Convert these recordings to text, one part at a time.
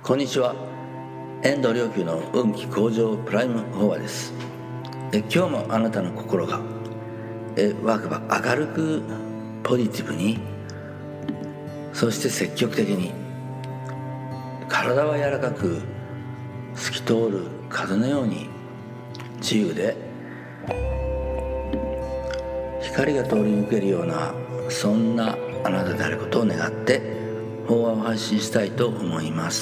こんにちは。遠藤良久の運気向上プライムフォアです。今日もあなたの心がワクワク明るくポジティブに、そして積極的に、体は柔らかく透き通る風のように自由で光が通り抜けるような、そんなあなたであることを願って法話を発信したいと思います。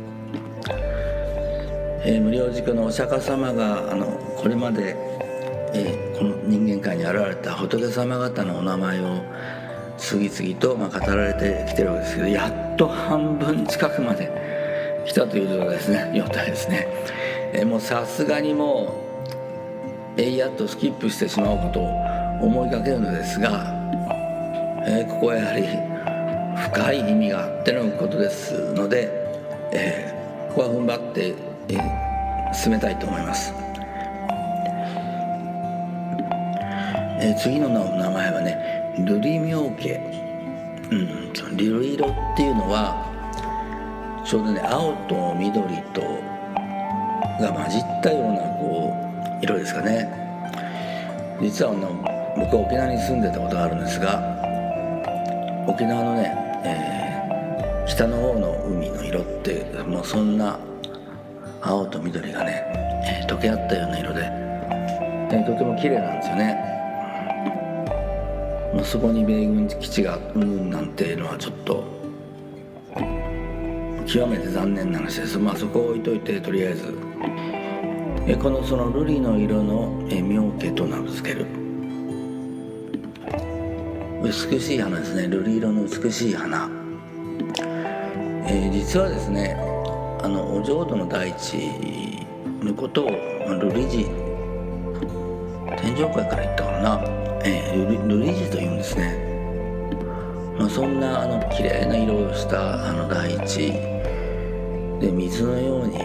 無料塾のお釈迦様がこれまで、この人間界に現れた仏様方のお名前を次々と語られてきてるわけですけど、やっと半分近くまで来たという状態ですね。もうさすがにもうやっとスキップしてしまうことを思いかけるのですが、ここはやはり深い意味があってのことですので、ここは踏ん張って進めたいと思います。次の名前はね、瑠璃明家。瑠璃色っていうのはちょうどね、青と緑とが混じったような色ですかね。実は僕は沖縄に住んでたことがあるんですが、沖縄のね、北の方の海の色ってもうそんな青と緑がね、溶け合ったような色で、とても綺麗なんですよね。もうそこに米軍基地があるなんていうのはちょっと極めて残念な話です。そこを置いといて、とりあえずその瑠璃の色の明家と名付ける美しい花ですね。瑠璃色の美しい花、実はですね、お浄土の大地のことを瑠璃寺天上界から言ったからな、瑠璃寺というんですね。そんな綺麗な色をした大地で、水のように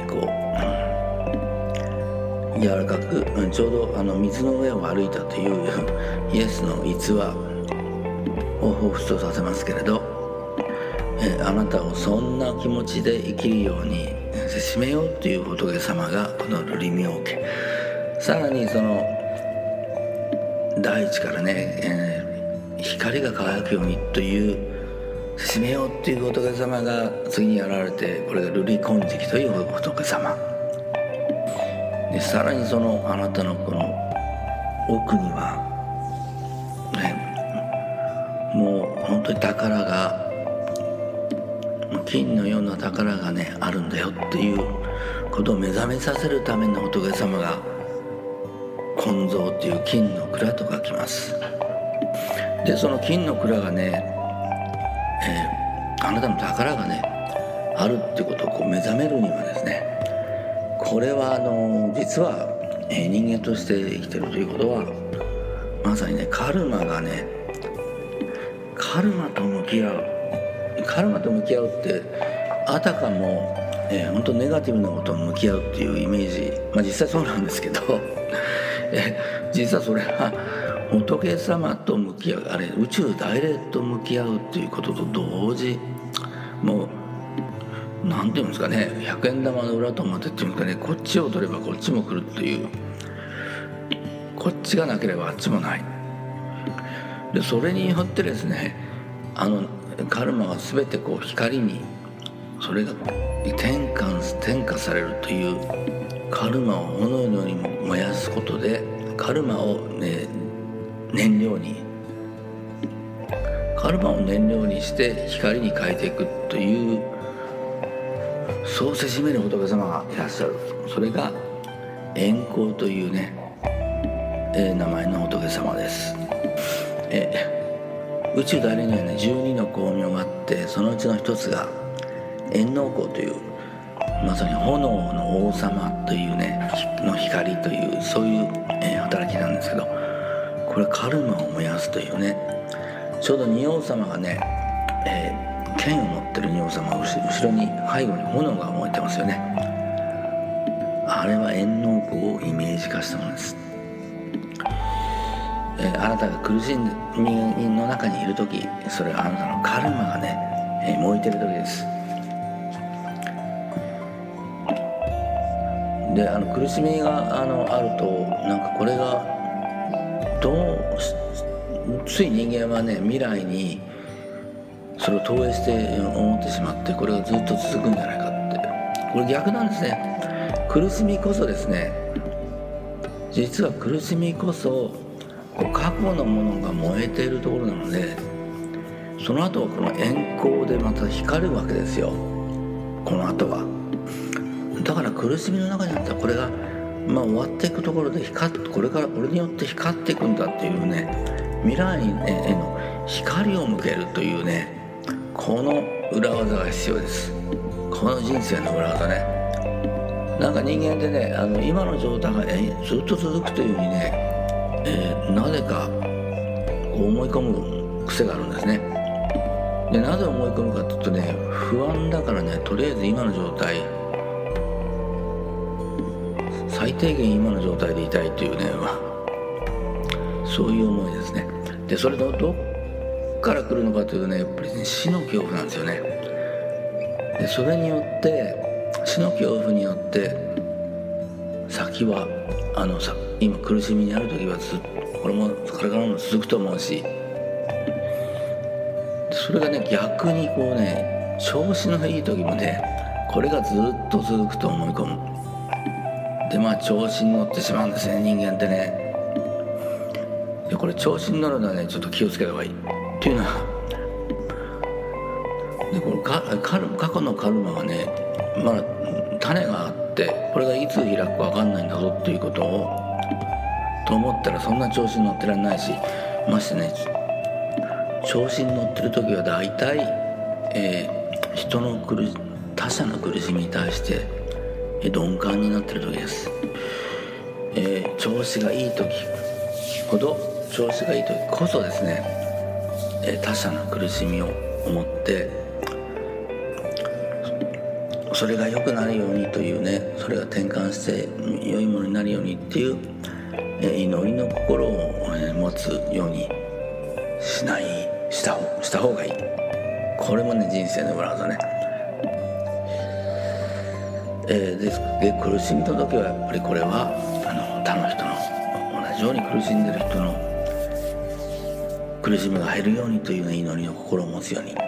柔らかく、ちょうど水の上を歩いたというイエスの逸話を彷彿とさせますけれど、あなたをそんな気持ちで生きるようにせしめようという仏様がこの瑠璃明家。さらにその大地からね、光が輝くようにというせしめようという仏様が次に現れて、これが瑠璃金色という仏様で、さらにそのあなたのこの奥にはもう本当に宝が、金のような宝がねあるんだよっていうことを目覚めさせるための仏様が金蔵っていう金の蔵と書きます。でその金の蔵がね、あなたの宝がねあるってことを目覚めるにはですね、これは実は、人間として生きてるということは、まさにね、カルマがね、カルマと向き合うってあたかも、本当ネガティブなことを向き合うっていうイメージ、実際そうなんですけど実はそれは仏様と向き合う、宇宙大霊と向き合うっていうことと同時、もうなんていうんですかね、100円玉の裏と表っていうんですかね、こっちを取ればこっちも来るという、こっちがなければあっちもない。でそれによってですね、カルマが全て光にそれが転化されるという、カルマを炎のように燃やすことで、カルマを燃料にして光に変えていくという、そうせしめる仏様がいらっしゃる。それが円光というね、名前の仏様です。宇宙大霊にはね、12の光明があって、そのうちの一つが円能光という、まさに炎の王様というねの光という、そういう、働きなんですけど、これカルマを燃やすというね、ちょうど仁王様がね、剣を持ってる仁王様の後ろに背後に炎が燃えてますよね。あれは円能光をイメージ化したものです。あなたが苦しみの中にいる時、それはあなたのカルマがね、燃えてる時です。 で苦しみがあるとなんかこれがつい人間はね未来にそれを投影して思ってしまってこれがずっと続くんじゃないかってこれ逆なんですね。苦しみこそですね実は苦しみこそ過去のものが燃えているところなのでその後はこの円光でまた光るわけですよ。この後はだから苦しみの中にあったらこれが終わっていくところでこれから俺によって光っていくんだっていうね未来への光を向けるというねこの裏技が必要です。この人生の裏技ね。なんか人間ってね今の状態がずっと続くというふうにね、なぜか思い込む癖があるんですね。でなぜ思い込むかというとね不安だからねとりあえず今の状態最低限今の状態でいたいというねそういう思いですね。でそれどっから来るのかというとねやっぱり、ね、死の恐怖なんですよね。でそれによって死の恐怖によって先は今苦しみにある時はこれもこれからも続くと思うしそれがね逆にこうね調子のいい時もねこれがずっと続くと思い込む。で調子に乗ってしまうんですね人間ってね。でこれ調子に乗るのはねちょっと気をつけた方がいいっていうのはでこの過去のカルマはねまだ種があってこれがいつ開くか分かんないんだぞっていうことをと思ったらそんな調子に乗ってらんないしましてね調子に乗ってる時は大体、他者の苦しみに対して鈍感になってる時です。調子がいい時こそですね、他者の苦しみを思ってそれが良くなるようにというねそれが転換して良いものになるようにっていう、祈りの心を、持つようにした方がいい。これもね人生の裏技ね。で苦しみの時はやっぱりこれは他の人の同じように苦しんでる人の苦しみが減るようにというね祈りの心を持つように。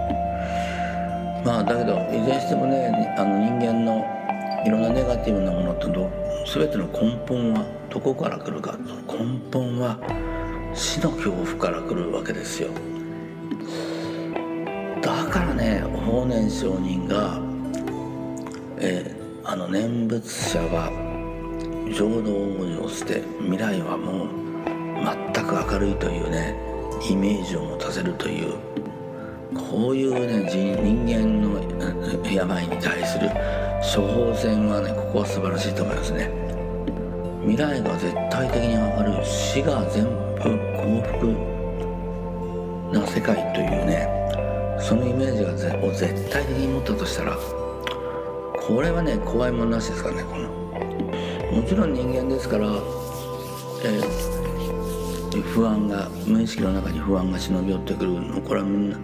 だけどいずれにしてもね人間のいろんなネガティブなものって全ての根本はどこから来るか。根本は死の恐怖から来るわけですよ。だからね法然上人が、念仏者は浄土を往生して未来はもう全く明るいというねイメージを持たせるというこういうね人間の病に対する処方箋はねここは素晴らしいと思いますね。未来が絶対的に明るい死が全部幸福な世界というねそのイメージを絶対的に持ったとしたらこれはね怖いものなしですからね。もちろん人間ですから、不安が無意識の中に不安が忍び寄ってくるのこれはみんな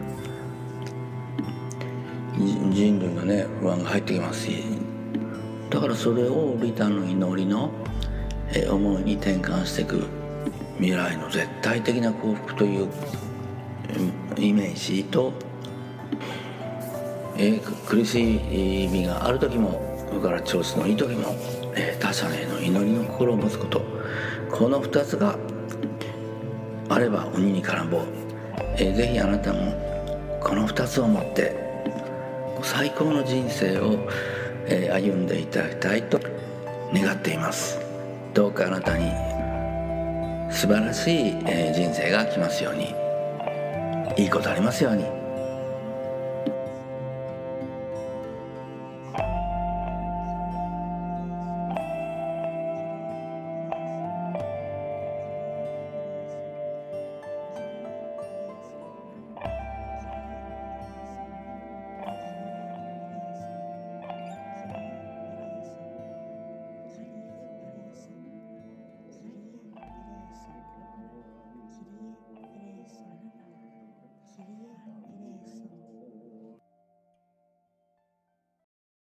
人類のね不安が入ってきますしだからそれを利他の祈りの思いに転換していく未来の絶対的な幸福というイメージと苦しみがある時もそれから調子のいい時も他者への祈りの心を持つことこの2つがあれば鬼に絡ぼう。ぜひあなたもこの2つを持って最高の人生を歩んでいただきたいと願っています。どうかあなたに素晴らしい人生が来ますようにいいことありますように。